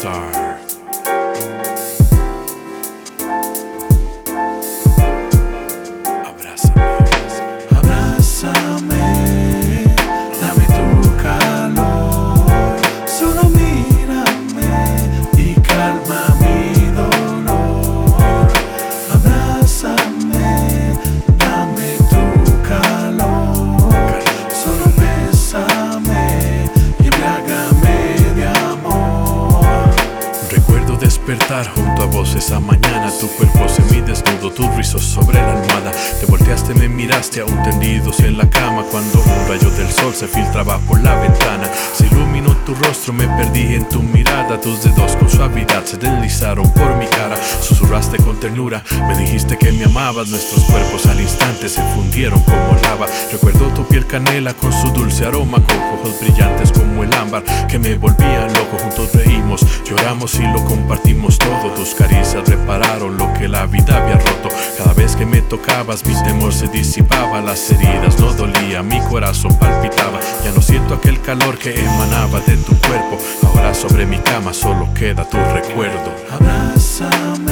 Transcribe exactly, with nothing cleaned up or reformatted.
Star. Abrázame, dame tu calor, solo mírame y calma mi dolor. Abrázame, dame tu calor, solo bésame y embriágame de amor. Recuerdo despertar junto a vos esa mañana, tu cuerpo semidesnudo, tus rizos sobre la almohada. Te volteaste, me miraste aún tendidos en la cama, cuando un rayo del sol se filtraba por la ventana. Se iluminó tu rostro, me perdí en tu mirada. Tus dedos con suavidad se deslizaron por mi cara. Susurraste con ternura, me dijiste que me amabas. Nuestros cuerpos al instante se fundieron como lava. Recuerdo tu piel canela con su dulce aroma, con ojos brillantes como el ámbar que me volvían loco. Juntos reímos, lloramos y lo compartimos todo. Tus caricias repararon lo que la vida había roto. Cada vez que me tocabas mi temor se disipaba, las heridas no dolían, mi corazón palpitaba. Ya no siento aquel calor que emanaba de tu cuerpo. Ahora sobre mi cama solo queda tu recuerdo. Abrázame,